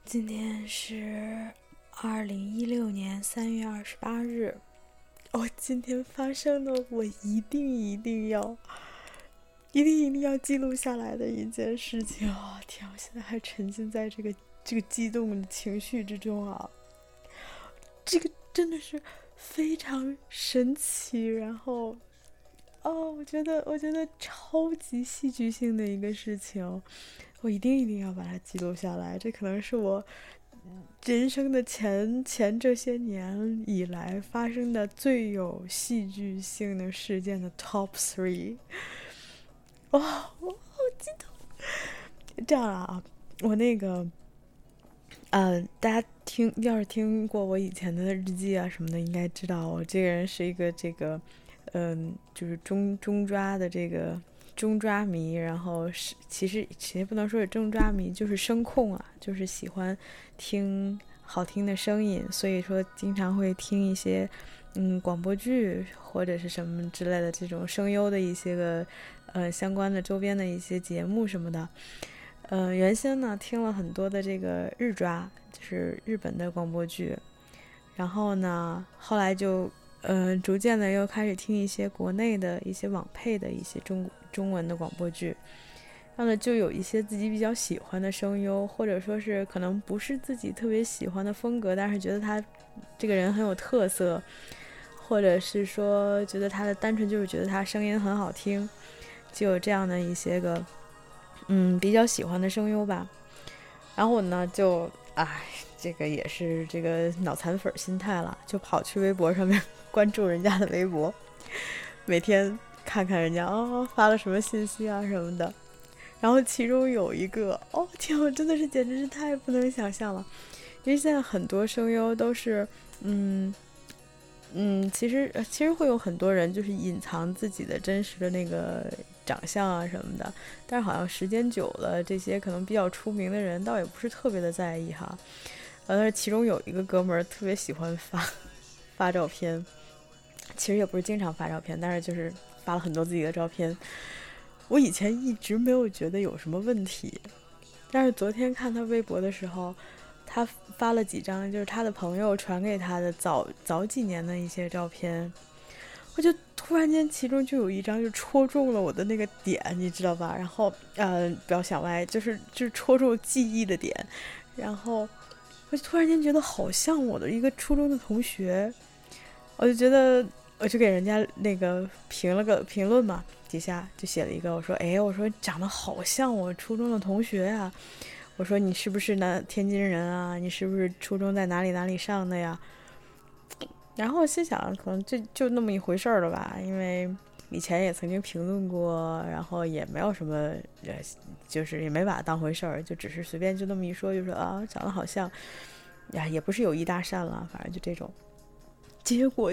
今天是2016年3月28日。今天发生的我一定要记录下来的一件事情。天，我现在还沉浸在这个激动的情绪之中啊！这个真的是非常神奇，然后我觉得超级戏剧性的一个事情，我一定要把它记录下来。这可能是我人生的前这些年以来发生的最有戏剧性的事件的 top three。我好激动！这样啊，我大家要是听过我以前的日记啊什么的，应该知道我这个人是一个就是中抓的这个中抓迷，然后其实不能说是中抓迷，就是声控啊，就是喜欢听好听的声音，所以说经常会听一些广播剧或者是什么之类的这种声优的一些个相关的周边的一些节目什么的。原先呢听了很多的这个日抓，就是日本的广播剧，然后呢后来就逐渐的又开始听一些国内的一些网配的一些中文的广播剧，然后呢就有一些自己比较喜欢的声优，或者说是可能不是自己特别喜欢的风格，但是觉得他这个人很有特色，或者是说觉得他的单纯就是觉得他声音很好听，就有这样的一些个比较喜欢的声优吧。然后我呢就这个也是这个脑残粉心态了，就跑去微博上面关注人家的微博，每天看看人家发了什么信息啊什么的。然后其中有一个天，我真的是简直是太不能想象了，因为现在很多声优都是其实会有很多人就是隐藏自己的真实的那个长相啊什么的，但是好像时间久了，这些可能比较出名的人倒也不是特别的在意哈。但是其中有一个哥们儿特别喜欢发照片，其实也不是经常发照片，但是就是发了很多自己的照片。我以前一直没有觉得有什么问题，但是昨天看他微博的时候，他发了几张就是他的朋友传给他的早几年的一些照片，我就突然间其中就有一张就戳中了我的那个点，你知道吧？然后不要想歪，就是戳中记忆的点，然后我就突然间觉得好像我的一个初中的同学，我就觉得我就给人家那个评了个评论嘛，底下就写了一个，我说长得好像我初中的同学呀，我说你是不是天津人啊？你是不是初中在哪里哪里上的呀？然后我心想，可能就那么一回事儿了吧，因为以前也曾经评论过，然后也没有什么，就是也没把它当回事儿，就只是随便就那么一说，就说长得好像，呀，也不是有意搭讪了，反正就这种。结果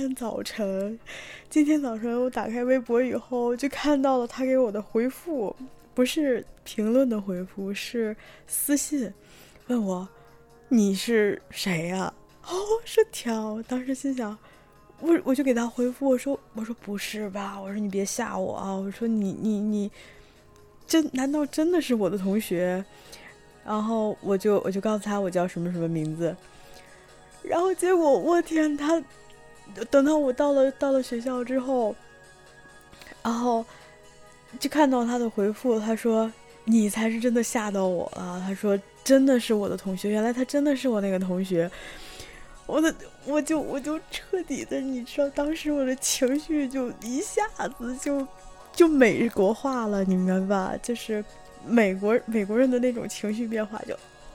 今天早晨我打开微博以后，就看到了他给我的回复，不是评论的回复，是私信，问我你是谁呀？我说条，当时心想，我就给他回复，我说不是吧？我说你别吓我啊！我说你难道真的是我的同学？然后我就告诉他我叫什么什么名字，然后结果我天，他等到我到了学校之后，然后就看到他的回复，他说你才是真的吓到我了。他说真的是我的同学，原来他真的是我那个同学。我的我就彻底的，你知道，当时我的情绪就一下子就美国化了，你明白吧？就是美国人的那种情绪变化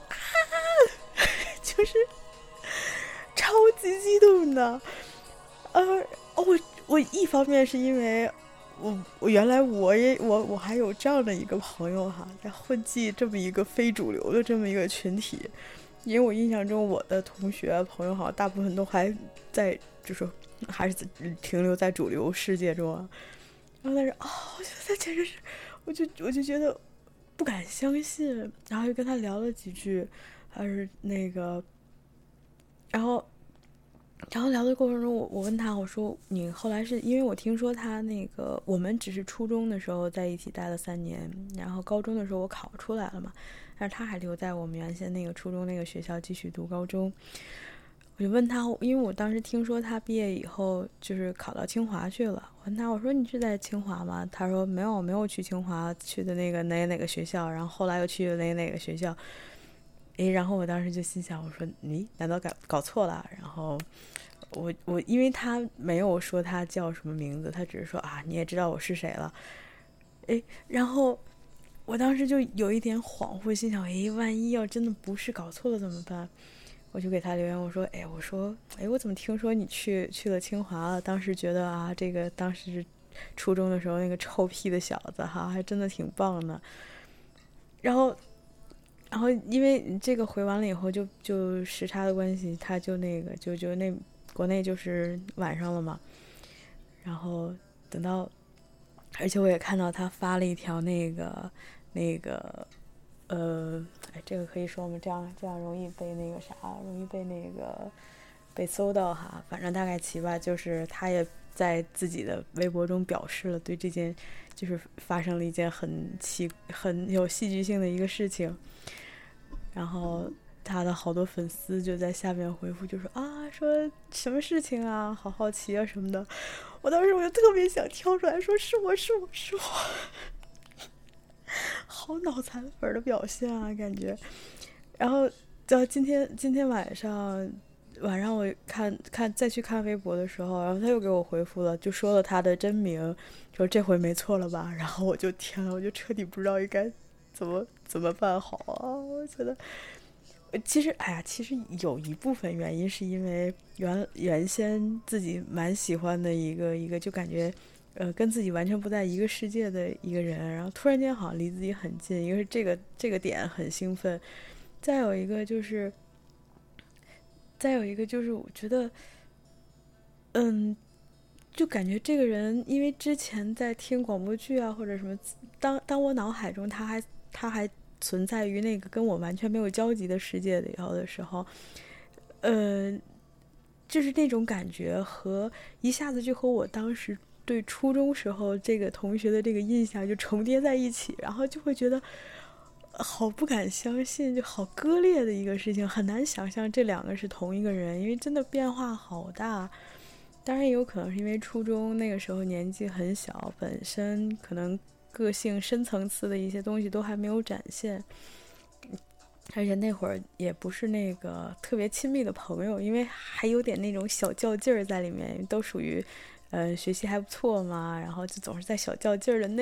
就是超级激动的。我一方面是因为我原来我还有这样的一个朋友哈，在混迹这么一个非主流的这么一个群体，因为我印象中我的同学朋友好像大部分都还在，就是还是停留在主流世界中啊。然后但是我觉得他简直是，我就觉得不敢相信，然后就跟他聊了几句，还是那个，然后然后聊的过程中，我问他，我说你后来是因为我听说他那个我们只是初中的时候在一起待了3年，然后高中的时候我考出来了嘛，但是他还留在我们原先那个初中那个学校继续读高中。我就问他，因为我当时听说他毕业以后就是考到清华去了，我问他，我说你是在清华吗？他说没有去清华，去的那个哪个学校，然后后来又去了哪个学校。然后我当时就心想，我说你难道搞错了？然后我因为他没有说他叫什么名字，他只是说啊你也知道我是谁了。然后我当时就有一点恍惚，心想万一要真的不是搞错了怎么办？我就给他留言，我说我怎么听说你去了清华了？当时觉得啊，这个当时初中的时候那个臭屁的小子哈，还真的挺棒的。然后因为这个回完了以后就时差的关系，他就那个就那国内就是晚上了嘛。然后等到，而且我也看到他发了一条那个这个可以说我们这样容易被那个啥，容易被那个被搜到哈。反正大概其吧，就是他也在自己的微博中表示了对这件就是发生了一件很有戏剧性的一个事情。然后他的好多粉丝就在下面回复，就说什么事情啊，好好奇啊什么的。我当时我就特别想跳出来说是我，好脑残粉的表现啊，感觉。然后到今天晚上我再去看微博的时候，然后他又给我回复了，就说了他的真名，说这回没错了吧？然后我就天了，我就彻底不知道应该怎么办好啊！我觉得，其实有一部分原因是因为原先自己蛮喜欢的一个，就感觉跟自己完全不在一个世界的一个人，然后突然间好像离自己很近，一个是这个点很兴奋，再有一个就是我觉得，就感觉这个人，因为之前在听广播剧啊或者什么，当我脑海中他还存在于那个跟我完全没有交集的世界里头的时候，呃，就是那种感觉和一下子就和我当时对初中时候这个同学的这个印象就重叠在一起，然后就会觉得好不敢相信，就好割裂的一个事情，很难想象这两个是同一个人，因为真的变化好大。当然也有可能是因为初中那个时候年纪很小，本身可能个性深层次的一些东西都还没有展现，而且那会儿也不是那个特别亲密的朋友，因为还有点那种小较劲儿在里面，都属于学习还不错嘛，然后就总是在小较劲儿的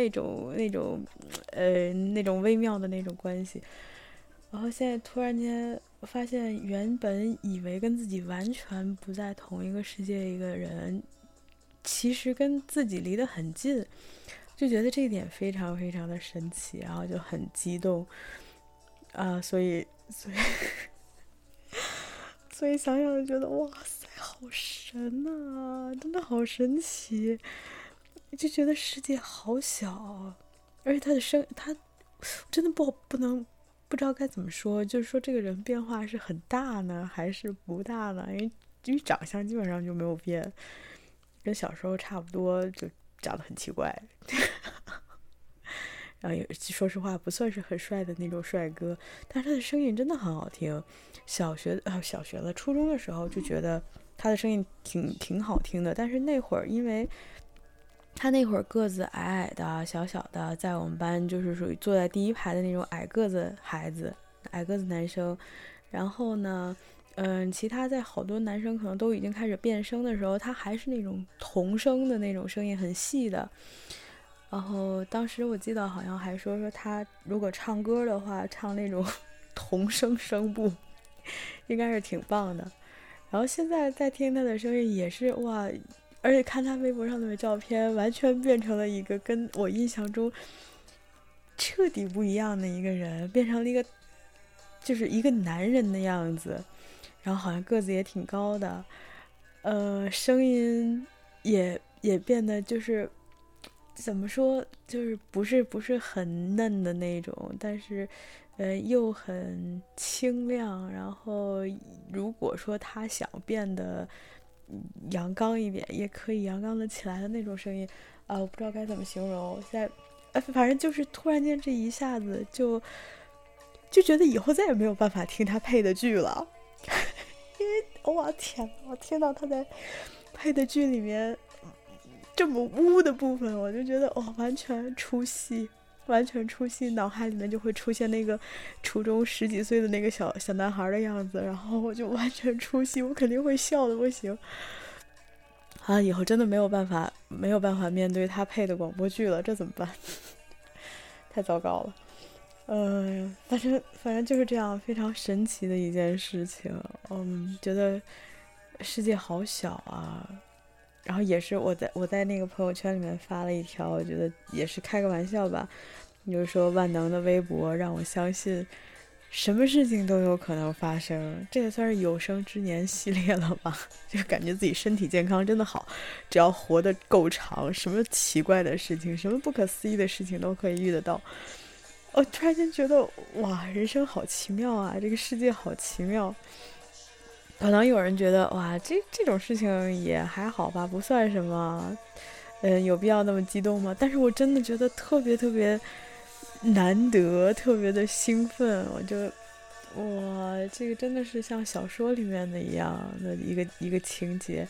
那种微妙的那种关系。然后现在突然间发现，原本以为跟自己完全不在同一个世界一个人，其实跟自己离得很近，就觉得这一点非常非常的神奇，然后就很激动啊，所以想想就觉得哇塞，好神啊，真的好神奇，就觉得世界好小，而且他真的不知道该怎么说，就是说这个人变化是很大呢，还是不大呢？因为长相基本上就没有变，跟小时候差不多，就长得很奇怪。然后也说实话不算是很帅的那种帅哥，但是他的声音真的很好听。小学了，初中的时候就觉得他的声音挺好听的，但是那会儿因为他那会儿个子矮矮的、小小的，在我们班就是属于坐在第一排的那种矮个子孩子、矮个子男生。然后呢，其他在好多男生可能都已经开始变声的时候，他还是那种童声的那种声音，很细的。然后当时我记得好像还说他如果唱歌的话，唱那种童声声部，应该是挺棒的。然后现在在听他的声音也是哇，而且看他微博上的照片，完全变成了一个跟我印象中彻底不一样的一个人，变成了就是一个男人的样子，然后好像个子也挺高的，声音也变得就是怎么说，就是不是很嫩的那种，但是又很清亮。然后如果说他想变得阳刚一点，也可以阳刚的起来的那种声音啊，我不知道该怎么形容。现在，反正就是突然间这一下子就觉得以后再也没有办法听他配的剧了，因为哇天哪，我听到他在配的剧里面这么污的部分，我就觉得完全出戏。完全出戏，脑海里面就会出现那个初中十几岁的那个小男孩的样子，然后我就完全出戏，我肯定会笑的不行。啊，以后真的没有办法面对他配的广播剧了，这怎么办？太糟糕了。反正就是这样，非常神奇的一件事情。觉得世界好小啊。然后也是我在那个朋友圈里面发了一条，我觉得也是开个玩笑吧，就是说万能的微博让我相信什么事情都有可能发生，这也算是有生之年系列了吧。就感觉自己身体健康真的好，只要活得够长，什么奇怪的事情，什么不可思议的事情都可以遇得到。我突然间觉得哇，人生好奇妙啊，这个世界好奇妙。可能有人觉得哇，这种事情也还好吧，不算什么，有必要那么激动吗？但是我真的觉得特别特别难得，特别的兴奋。哇，这个真的是像小说里面的一样的一个情节，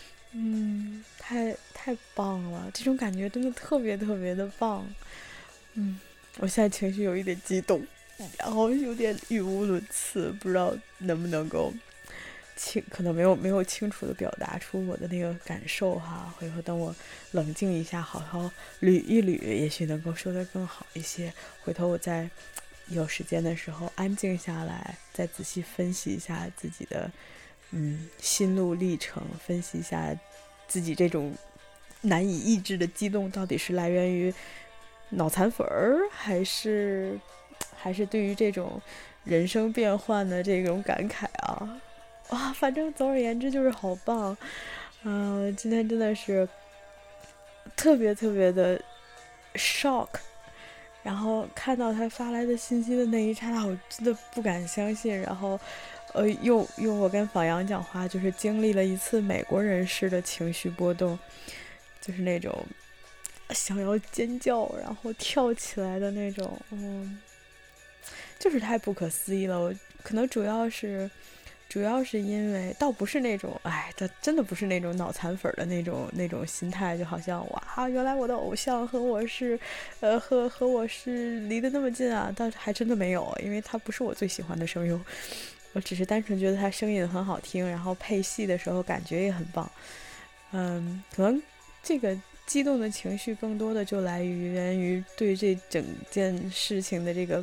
太棒了，这种感觉真的特别特别的棒。我现在情绪有一点激动，然后有点语无伦次，不知道能不能够。可能没有清楚的表达出我的那个感受哈，回头等我冷静一下，好好捋一捋，也许能够说得更好一些。回头我再有时间的时候安静下来，再仔细分析一下自己的心路历程，分析一下自己这种难以抑制的激动到底是来源于脑残粉儿，还是对于这种人生变幻的这种感慨啊。哇，反正总而言之就是好棒。今天真的是特别特别的 shock， 然后看到他发来的信息的那一刹那，我真的不敢相信。然后用我跟访阳讲话，就是经历了一次美国人式的情绪波动，就是那种想要尖叫然后跳起来的那种，就是太不可思议了。我可能主要是因为倒不是那种，他真的不是那种脑残粉的那种心态，就好像哇，原来我的偶像和我是，和我是离得那么近啊，但还真的没有，因为他不是我最喜欢的声优，我只是单纯觉得他声音很好听，然后配戏的时候感觉也很棒。可能这个激动的情绪更多的就来源于对这整件事情的这个，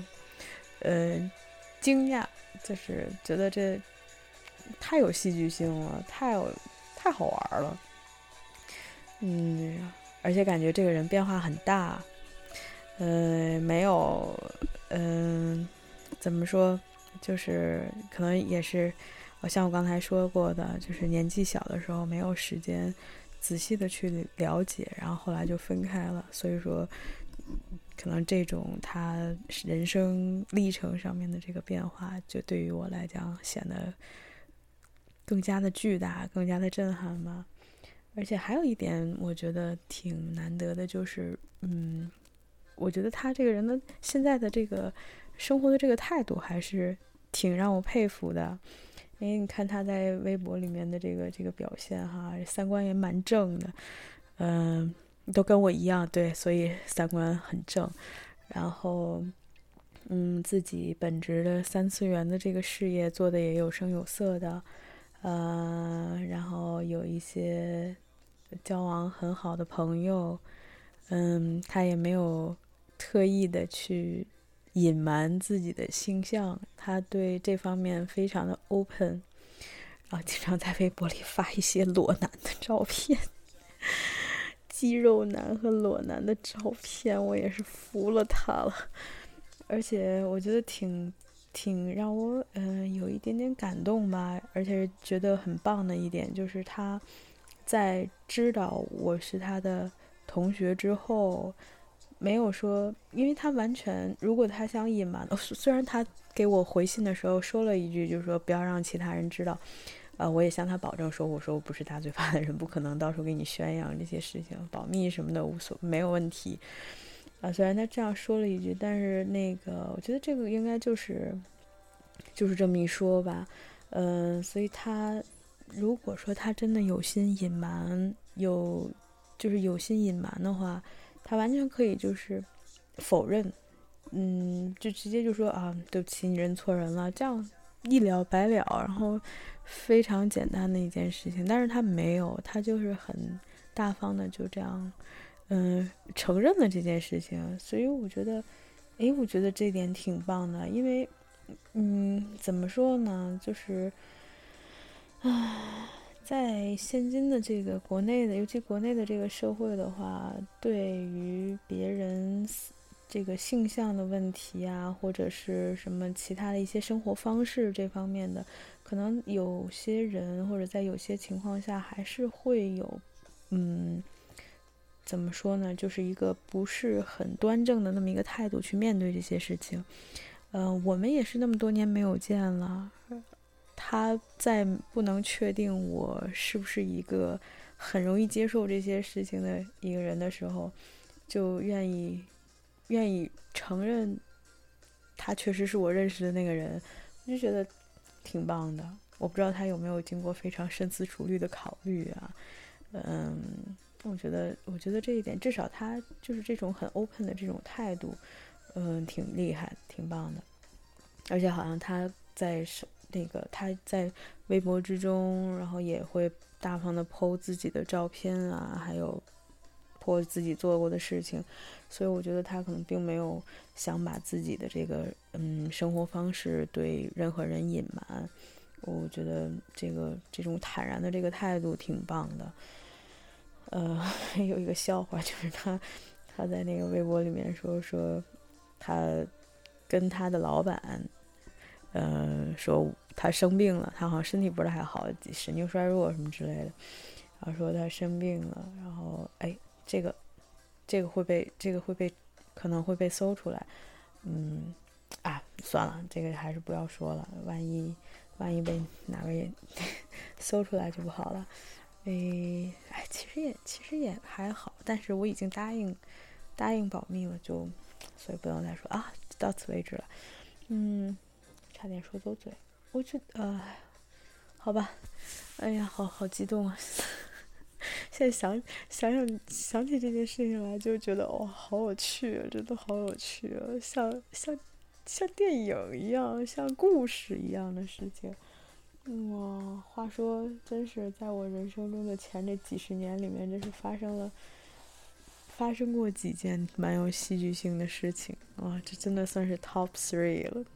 惊讶，就是觉得这太有戏剧性了，太好玩了。而且感觉这个人变化很大，没有，怎么说，就是可能也是，像我刚才说过的，就是年纪小的时候没有时间仔细的去了解，然后后来就分开了，所以说可能这种他人生历程上面的这个变化，就对于我来讲显得更加的巨大，更加的震撼吧。而且还有一点我觉得挺难得的，就是我觉得他这个人的现在的这个生活的这个态度还是挺让我佩服的。因为你看他在微博里面的这个表现哈，三观也蛮正的，都跟我一样，对，所以三观很正。然后自己本职的三次元的这个事业做的也有声有色的，然后有一些交往很好的朋友，他也没有特意的去隐瞒自己的形象，他对这方面非常的 open， 然后经常在微博里发一些裸男的照片，肌肉男和裸男的照片，我也是服了他了。而且我觉得挺让我有一点点感动吧，而且觉得很棒的一点就是他在知道我是他的同学之后，没有说，因为他完全，如果他想隐瞒，虽然他给我回信的时候说了一句，就是说不要让其他人知道， 我也向他保证说，我说我不是大嘴巴的人，不可能到时候给你宣扬这些事情，保密什么的没有问题。虽然他这样说了一句，但是我觉得这个应该就是这么一说吧。所以他如果说他真的有心隐瞒，有心隐瞒的话，他完全可以就是否认，就直接就说对不起，你认错人了，这样一了百了，然后非常简单的一件事情。但是他没有，他就是很大方的就这样承认了这件事情。所以我觉得这点挺棒的。因为怎么说呢，就是在现今的这个国内的，尤其国内的这个社会的话，对于别人这个性向的问题啊，或者是什么其他的一些生活方式这方面的，可能有些人或者在有些情况下还是会有怎么说呢，就是一个不是很端正的那么一个态度去面对这些事情。我们也是那么多年没有见了，他在不能确定我是不是一个很容易接受这些事情的一个人的时候，就愿意承认他确实是我认识的那个人，我就觉得挺棒的。我不知道他有没有经过非常深思熟虑的考虑啊。我觉得这一点，至少他就是这种很 open 的这种态度，挺厉害，挺棒的。而且好像他在微博之中，然后也会大方的 po 自己的照片啊，还有 po 自己做过的事情。所以我觉得他可能并没有想把自己的这个生活方式对任何人隐瞒。我觉得这种坦然的这个态度挺棒的。有一个笑话，就是他在那个微博里面说他跟他的老板说他生病了，他好像身体不是还好，神经衰弱什么之类的，然后说他生病了，然后这个可能会被搜出来。算了，这个还是不要说了，万一被哪个也搜出来就不好了。其实也还好，但是我已经答应保密了，所以不能再说到此为止了。差点说走嘴。我觉得好吧，好激动啊！现在想起这件事情来，就觉得好有趣，真的好有趣啊，像电影一样，像故事一样的事情。话说，真是在我人生中的前这几十年里面，真是发生过几件蛮有戏剧性的事情。这真的算是 top 3了。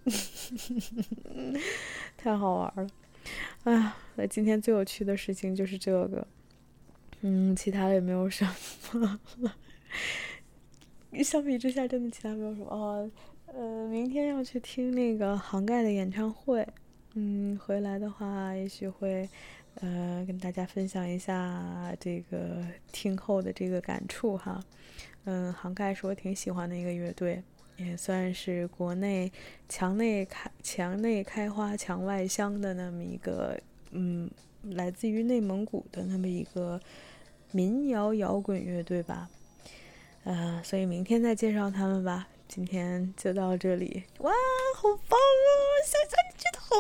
太好玩了。那今天最有趣的事情就是这个。其他的也没有什么了。相比之下，真的其他没有什么。明天要去听那个杭盖的演唱会。回来的话也许会跟大家分享一下这个听后的这个感触哈。杭盖是我挺喜欢的一个乐队，也算是国内墙内开花墙外香的那么一个来自于内蒙古的那么一个民谣摇滚乐队吧。所以明天再介绍他们吧。今天就到这里。哇，好棒啊！想想就觉得好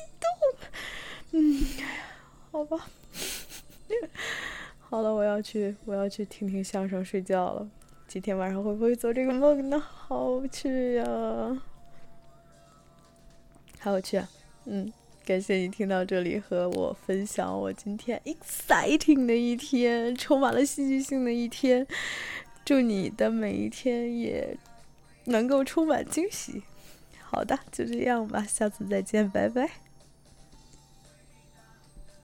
激动。好吧。好了，我要去听听相声睡觉了。今天晚上会不会做这个梦呢？好有趣呀！好有趣啊。感谢你听到这里和我分享我今天 exciting 的一天，充满了戏剧性的一天。祝你的每一天也能够充满惊喜。好的，就这样吧，下次再见，拜拜。